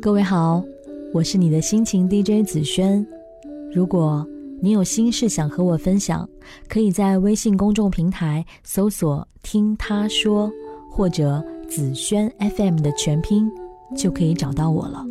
各位好，我是你的心情 DJ 子轩。如果你有心事想和我分享，可以在微信公众平台搜索听他说，或者子轩 FM 的全拼，就可以找到我了。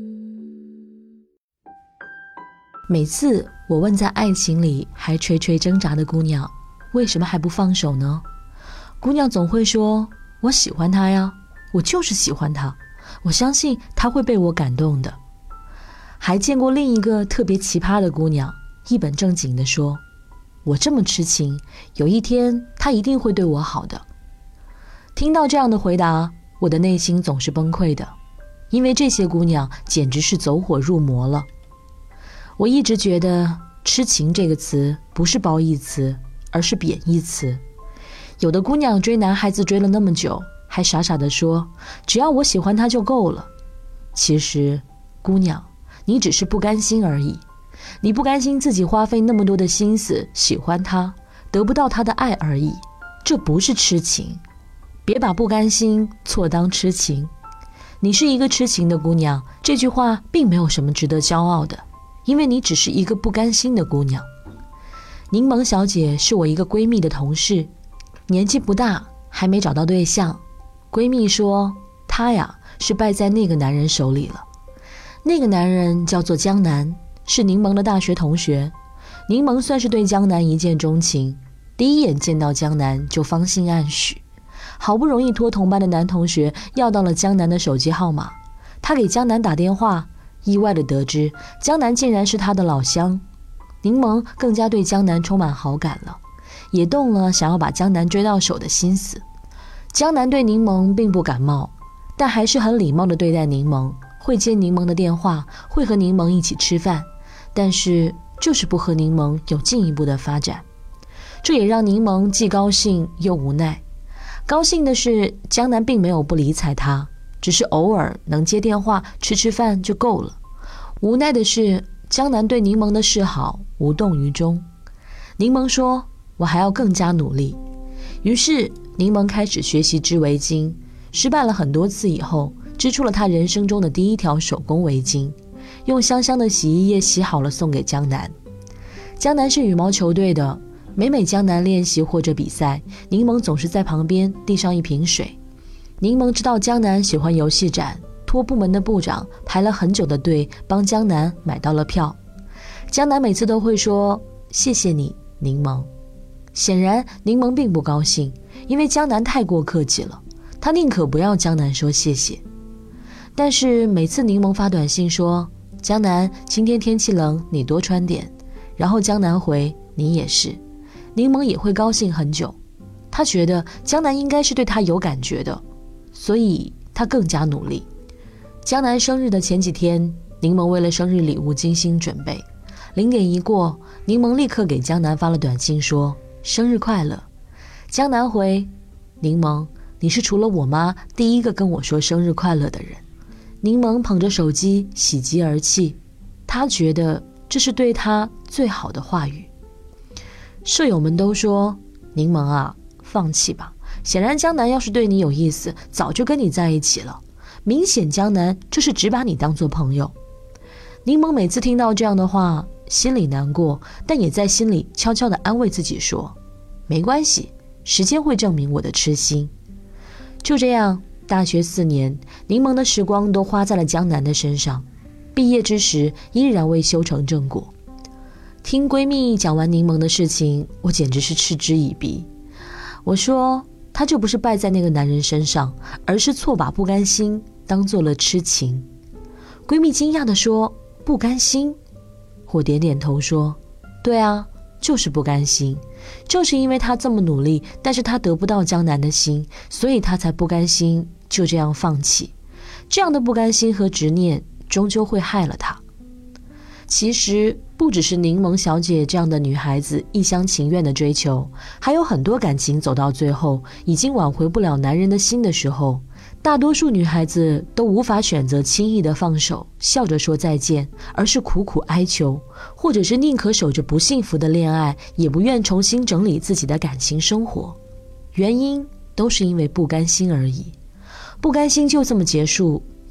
每次我问在爱情里还垂垂挣扎的姑娘，为什么还不放手呢？姑娘总会说，我喜欢他呀，我就是喜欢他，我相信他会被我感动的。还见过另一个特别奇葩的姑娘，一本正经地说，我这么痴情，有一天他一定会对我好的。听到这样的回答，我的内心总是崩溃的，因为这些姑娘简直是走火入魔了。我一直觉得痴情这个词不是褒义词，而是贬义词。有的姑娘追男孩子追了那么久，还傻傻地说，只要我喜欢他就够了。其实姑娘，你只是不甘心而已，你不甘心自己花费那么多的心思喜欢他，得不到他的爱而已，这不是痴情。别把不甘心错当痴情。你是一个痴情的姑娘，这句话并没有什么值得骄傲的，因为你只是一个不甘心的姑娘。柠檬小姐是我一个闺蜜的同事，年纪不大，还没找到对象。闺蜜说，她呀是败在那个男人手里了。那个男人叫做江南，是柠檬的大学同学。柠檬算是对江南一见钟情，第一眼见到江南就芳心暗许，好不容易托同班的男同学要到了江南的手机号码，他给江南打电话，意外地得知江南竟然是他的老乡。柠檬更加对江南充满好感了，也动了想要把江南追到手的心思。江南对柠檬并不感冒，但还是很礼貌地对待柠檬，会接柠檬的电话，会和柠檬一起吃饭，但是就是不和柠檬有进一步的发展。这也让柠檬既高兴又无奈。高兴的是江南并没有不理睬他，只是偶尔能接电话吃吃饭就够了。无奈的是江南对柠檬的示好无动于衷。柠檬说，我还要更加努力。于是柠檬开始学习织围巾，失败了很多次以后，织出了他人生中的第一条手工围巾，用香香的洗衣液洗好了送给江南。江南是羽毛球队的，每江南练习或者比赛，柠檬总是在旁边递上一瓶水。柠檬知道江南喜欢游戏展，托部门的部长排了很久的队帮江南买到了票。江南每次都会说，谢谢你柠檬。显然柠檬并不高兴，因为江南太过客气了，他宁可不要江南说谢谢。但是每次柠檬发短信说，江南今天天气冷，你多穿点，然后江南回，你也是，柠檬也会高兴很久。他觉得江南应该是对他有感觉的，所以他更加努力。江南生日的前几天，柠檬为了生日礼物精心准备，0点一过，柠檬立刻给江南发了短信说，生日快乐。江南回，柠檬，你是除了我妈第一个跟我说生日快乐的人。柠檬捧着手机喜极而泣，他觉得这是对他最好的话语。舍友们都说，柠檬啊，放弃吧，显然江南要是对你有意思，早就跟你在一起了，明显江南这是只把你当作朋友。柠檬每次听到这样的话，心里难过，但也在心里悄悄地安慰自己说，没关系，时间会证明我的痴心。就这样，大学4年，柠檬的时光都花在了江南的身上，毕业之时依然未修成正果。听闺蜜讲完柠檬的事情，我简直是嗤之以鼻。我说，她就不是败在那个男人身上，而是错把不甘心当做了痴情。闺蜜惊讶地说，不甘心？我点点头说，对啊，就是不甘心，就是因为他这么努力，但是他得不到江南的心，所以他才不甘心就这样放弃。这样的不甘心和执念终究会害了他。其实不只是柠檬小姐这样的女孩子一厢情愿的追求，还有很多感情走到最后已经挽回不了男人的心的时候，大多数女孩子都无法选择轻易的放手，笑着说再见，而是苦苦哀求，或者是宁可守着不幸福的恋爱，也不愿重新整理自己的感情生活。原因都是因为不甘心而已。不甘心就这么结束，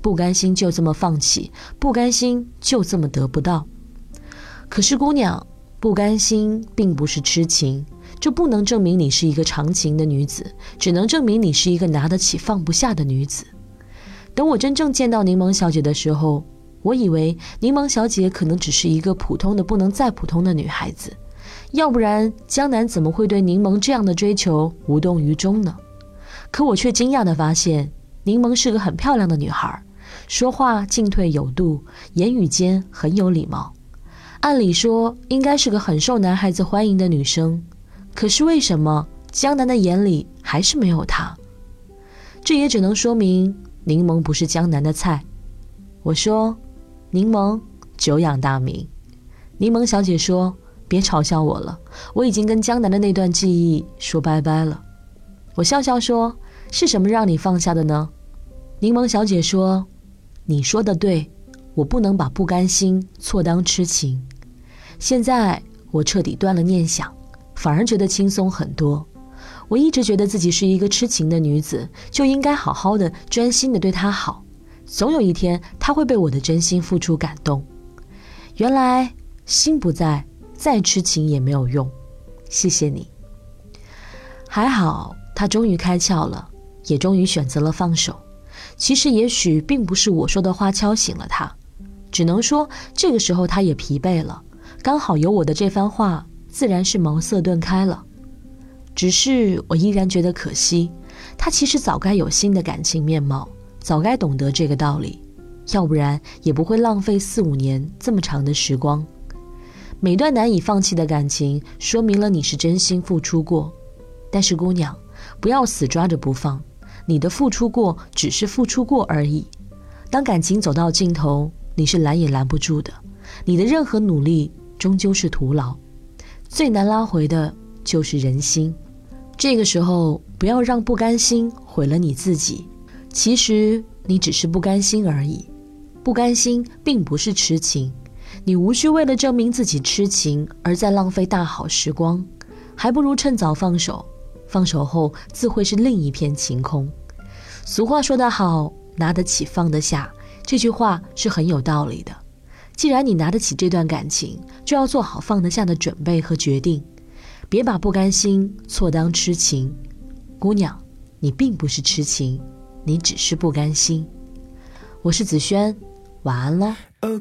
不甘心就这么放弃，不甘心就这么得不到。可是姑娘，不甘心并不是痴情，这不能证明你是一个长情的女子，只能证明你是一个拿得起放不下的女子。等我真正见到柠檬小姐的时候，我以为柠檬小姐可能只是一个普通的不能再普通的女孩子，要不然江南怎么会对柠檬这样的追求无动于衷呢？可我却惊讶地发现，柠檬是个很漂亮的女孩，说话进退有度，言语间很有礼貌。按理说应该是个很受男孩子欢迎的女生，可是为什么江南的眼里还是没有她？这也只能说明柠檬不是江南的菜。我说，柠檬久仰大名。柠檬小姐说，别嘲笑我了，我已经跟江南的那段记忆说拜拜了。我笑笑说，是什么让你放下的呢？柠檬小姐说，你说的对，我不能把不甘心错当痴情。现在我彻底断了念想，反而觉得轻松很多。我一直觉得自己是一个痴情的女子，就应该好好的专心的对她好，总有一天她会被我的真心付出感动。原来心不在，再痴情也没有用。谢谢你。还好她终于开窍了，也终于选择了放手。其实也许并不是我说的话敲醒了她，只能说这个时候她也疲惫了，刚好有我的这番话，自然是茅塞顿开了。只是我依然觉得可惜，她其实早该有新的感情面貌，早该懂得这个道理，要不然也不会浪费4、5年这么长的时光。每段难以放弃的感情，说明了你是真心付出过。但是姑娘，不要死抓着不放，你的付出过只是付出过而已。当感情走到尽头，你是拦也拦不住的，你的任何努力终究是徒劳，最难拉回的就是人心。这个时候不要让不甘心毁了你自己，其实你只是不甘心而已，不甘心并不是痴情，你无需为了证明自己痴情而再浪费大好时光，还不如趁早放手，放手后自会是另一片晴空。俗话说得好，拿得起放得下，这句话是很有道理的。既然你拿得起这段感情，就要做好放得下的准备和决定，别把不甘心错当痴情。姑娘，你并不是痴情，你只是不甘心。我是子轩，晚安咯。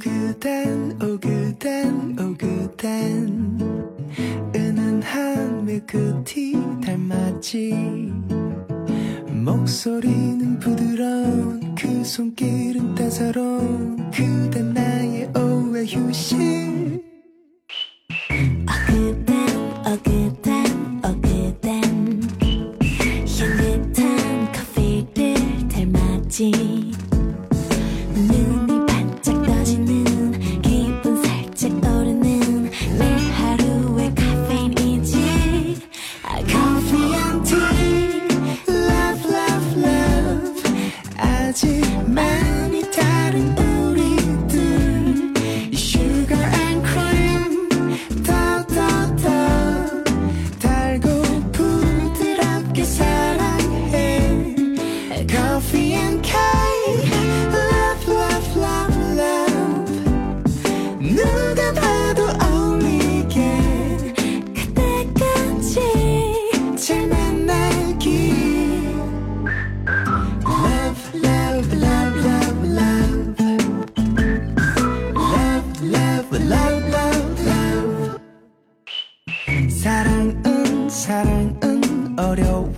눈이 반짝 떠지는 기분 살짝 오르는 내 하루의 카페인이지 Coffee and tea Love love love 아직 많이 다른 우리들 Sugar and cream 더더더 달고 부드럽게 사랑해 Coffee and cake 누가 봐도 어울리게 그때까지 잘 만나길 Love, love, love, love, love Love, love, love, love, love 사랑은 어려워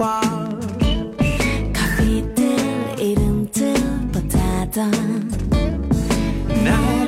커피들 이름들보다도 나